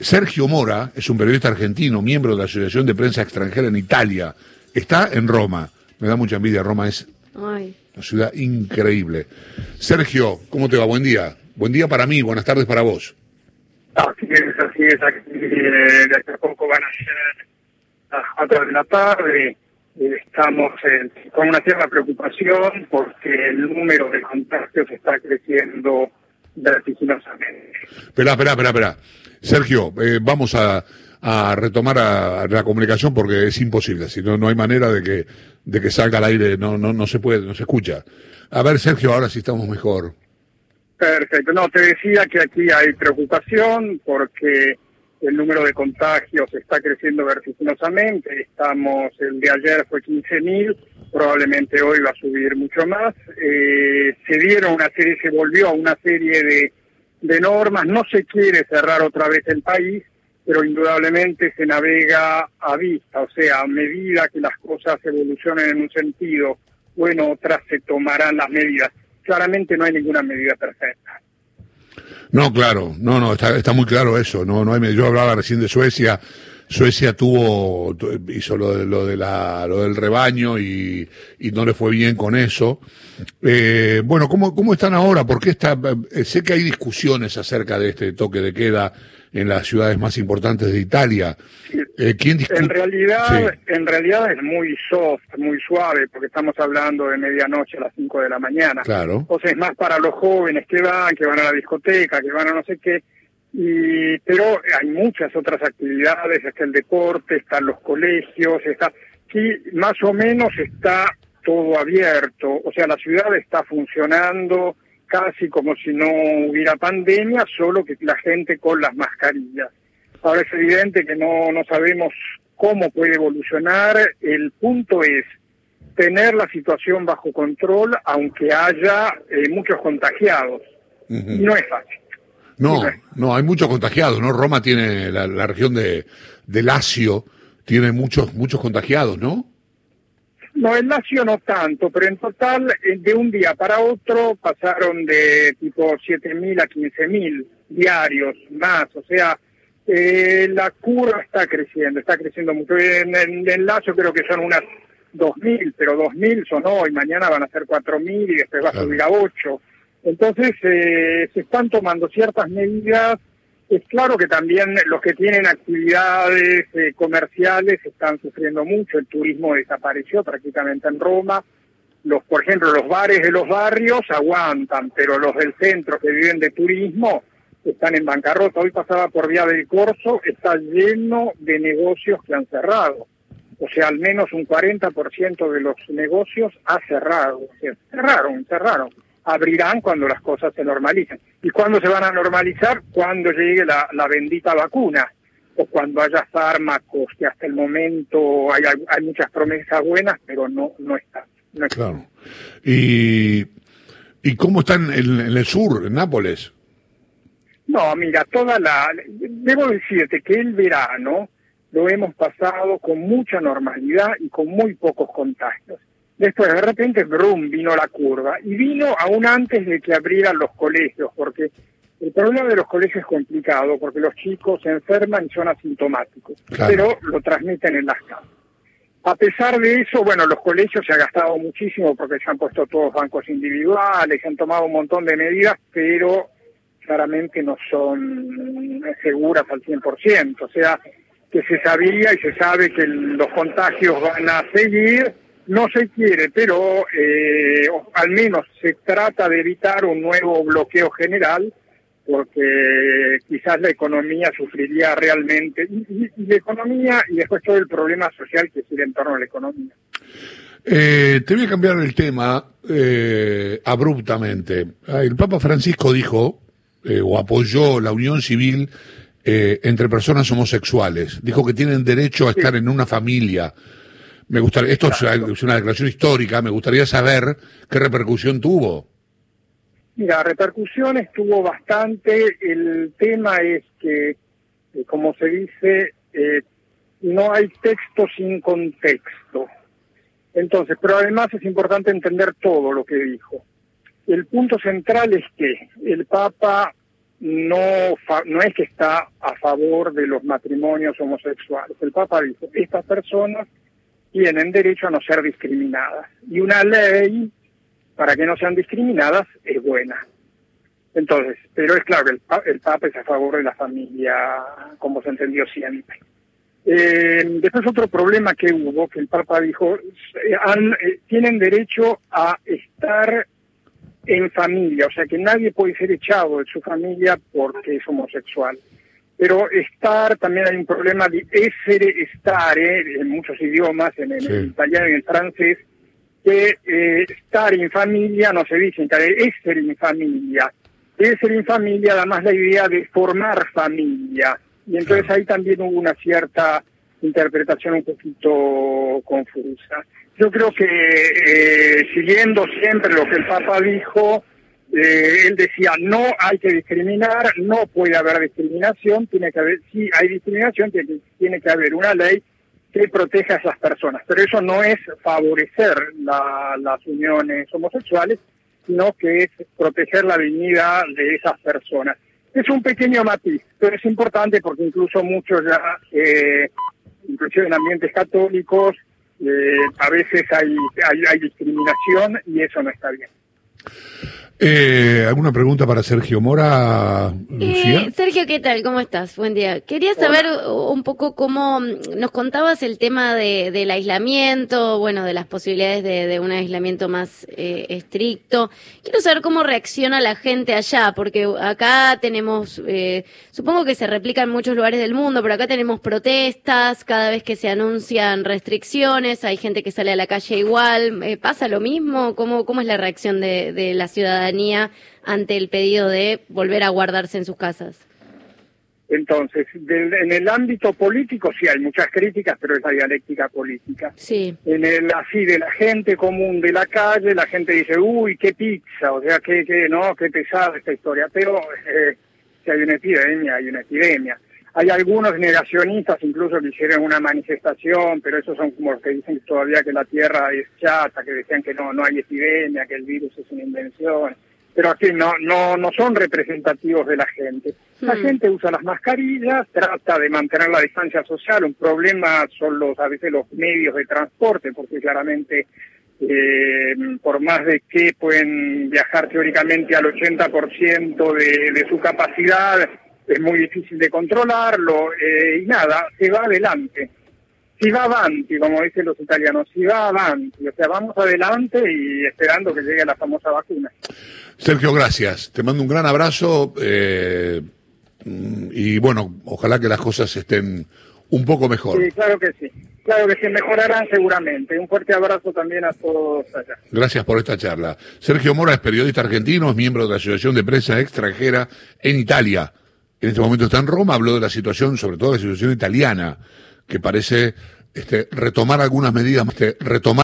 Sergio Mora es un periodista argentino, miembro de la Asociación de Prensa Extranjera en Italia. Está en Roma. Me da mucha envidia. Roma es una ciudad increíble. Sergio, ¿cómo te va? Buen día. Buen día para mí, buenas tardes para vos. Así es. Aquí, de aquí a poco van a ser las 4 de la tarde. Estamos con una cierta preocupación porque el número de contagios está creciendo vertiginosamente. Espera. Sergio, vamos a retomar la comunicación porque es imposible, si no, no hay manera de que salga al aire, no se puede, no se escucha. A ver, Sergio, ahora sí estamos mejor. Perfecto. No, te decía que aquí hay preocupación porque el número de contagios está creciendo vertiginosamente. El de ayer fue 15.000, probablemente hoy va a subir mucho más. Se volvió a una serie de normas. No se quiere cerrar otra vez el país, pero indudablemente se navega a vista. O sea, a medida que las cosas evolucionen en un sentido o en otras, se tomarán las medidas. Claramente no hay ninguna medida perfecta. No, claro, está muy claro eso. No hay. Yo hablaba recién de Suecia. Suecia hizo lo del rebaño y no le fue bien con eso. Bueno, ¿cómo están ahora? Porque sé que hay discusiones acerca de este toque de queda en las ciudades más importantes de Italia. ¿Quién discute? En realidad es muy soft, muy suave, porque estamos hablando de medianoche a las 5 de la mañana. Claro. Entonces es más para los jóvenes que van a la discoteca, que van a no sé qué. Pero hay muchas otras actividades, está el deporte, están los colegios, más o menos está todo abierto. O sea, la ciudad está funcionando casi como si no hubiera pandemia, solo que la gente con las mascarillas. Ahora es evidente que no sabemos cómo puede evolucionar. El punto es tener la situación bajo control, aunque haya muchos contagiados. Uh-huh. No es fácil. No, hay muchos contagiados, ¿no? Roma tiene, la región de Lacio tiene muchos contagiados, ¿no? No, el Lacio no tanto, pero en total, de un día para otro, pasaron de tipo 7.000 a 15.000 diarios más. O sea, la curva está creciendo mucho. En Lacio creo que son unas 2.000, pero 2.000 son hoy, mañana van a ser 4.000 y después va a subir a 8. Entonces se están tomando ciertas medidas. Es claro que también los que tienen actividades comerciales están sufriendo mucho. El turismo desapareció prácticamente en Roma. Por ejemplo, los bares de los barrios aguantan, pero los del centro que viven de turismo están en bancarrota. Hoy pasaba por Vía del Corso, está lleno de negocios que han cerrado. O sea, al menos un 40% de los negocios ha cerrado. O sea, cerraron. Abrirán cuando las cosas se normalicen. ¿Y cuándo se van a normalizar? Cuando llegue la bendita vacuna, o cuando haya fármacos, que hasta el momento hay muchas promesas buenas, pero no están. Claro. ¿Y cómo están en el sur, en Nápoles? No, mira, debo decirte que el verano lo hemos pasado con mucha normalidad y con muy pocos contagios. Después, de repente, brum, vino la curva. Y vino aún antes de que abrieran los colegios, porque el problema de los colegios es complicado, porque los chicos se enferman y son asintomáticos, claro, pero lo transmiten en las casas. A pesar de eso, bueno, los colegios se han gastado muchísimo porque se han puesto todos bancos individuales, se han tomado un montón de medidas, pero claramente no son seguras al 100%. O sea, que se sabía y se sabe que los contagios van a seguir. No se quiere, pero al menos se trata de evitar un nuevo bloqueo general, porque quizás la economía sufriría realmente, y la economía y después todo el problema social que gira en torno a la economía. Te voy a cambiar el tema abruptamente. El Papa Francisco dijo, o apoyó la unión civil entre personas homosexuales. Dijo que tienen derecho a estar en una familia. Me gustaría, esto es una declaración histórica, me gustaría saber qué repercusión tuvo. Mira, repercusiones tuvo bastante. El tema es que, como se dice, no hay texto sin contexto. Entonces, pero además es importante entender todo lo que dijo. El punto central es que el Papa no es que está a favor de los matrimonios homosexuales. El Papa dijo, estas personas tienen derecho a no ser discriminadas, y una ley para que no sean discriminadas es buena. Entonces, pero es claro que el Papa es a favor de la familia, como se entendió siempre. Después otro problema que hubo, que el Papa dijo, tienen derecho a estar en familia, o sea que nadie puede ser echado de su familia porque es homosexual. Pero estar, también hay un problema de estar, en muchos idiomas, en el italiano y en el francés, que estar en familia no se dice, es ser en familia. Es ser en familia, además la idea de formar familia. Y entonces ahí también hubo una cierta interpretación un poquito confusa. Yo creo que siguiendo siempre lo que el Papa dijo, él decía, no hay que discriminar, no puede haber discriminación, tiene que haber, sí hay discriminación, tiene que haber una ley que proteja a esas personas. Pero eso no es favorecer las uniones homosexuales, sino que es proteger la dignidad de esas personas. Es un pequeño matiz, pero es importante porque incluso muchos ya, inclusive en ambientes católicos, a veces hay discriminación y eso no está bien. ¿Alguna pregunta para Sergio Mora, Lucía? Sergio, ¿qué tal? ¿Cómo estás? Buen día. Quería saber un poco cómo nos contabas el tema del aislamiento, bueno, de las posibilidades de un aislamiento más estricto. Quiero saber cómo reacciona la gente allá, porque acá tenemos, supongo que se replica en muchos lugares del mundo, pero acá tenemos protestas, cada vez que se anuncian restricciones, hay gente que sale a la calle igual. ¿Pasa lo mismo? ¿Cómo es la reacción de la ciudadanía ante el pedido de volver a guardarse en sus casas? Entonces, en el ámbito político sí hay muchas críticas, pero es la dialéctica política. Sí. En el así de la gente común de la calle, la gente dice, uy, qué pizza, o sea, qué pesada esta historia. Pero si hay una epidemia, hay una epidemia. Hay algunos negacionistas incluso que hicieron una manifestación, pero esos son como los que dicen todavía que la Tierra es chata, que decían que no hay epidemia, que el virus es una invención. Pero aquí no son representativos de la gente. La gente usa las mascarillas, trata de mantener la distancia social. Un problema son a veces los medios de transporte, porque claramente por más de que pueden viajar teóricamente al 80% de su capacidad, es muy difícil de controlarlo, y nada, se va adelante. Si va avanti, como dicen los italianos, si va avanti, o sea, vamos adelante y esperando que llegue la famosa vacuna. Sergio, gracias. Te mando un gran abrazo y bueno, ojalá que las cosas estén un poco mejor. Sí, claro que sí. Claro que se mejorarán seguramente. Un fuerte abrazo también a todos allá. Gracias por esta charla. Sergio Mora es periodista argentino, es miembro de la Asociación de Prensa Extranjera en Italia. En este momento está en Roma, habló de la situación, sobre todo de la situación italiana, que parece retomar algunas medidas,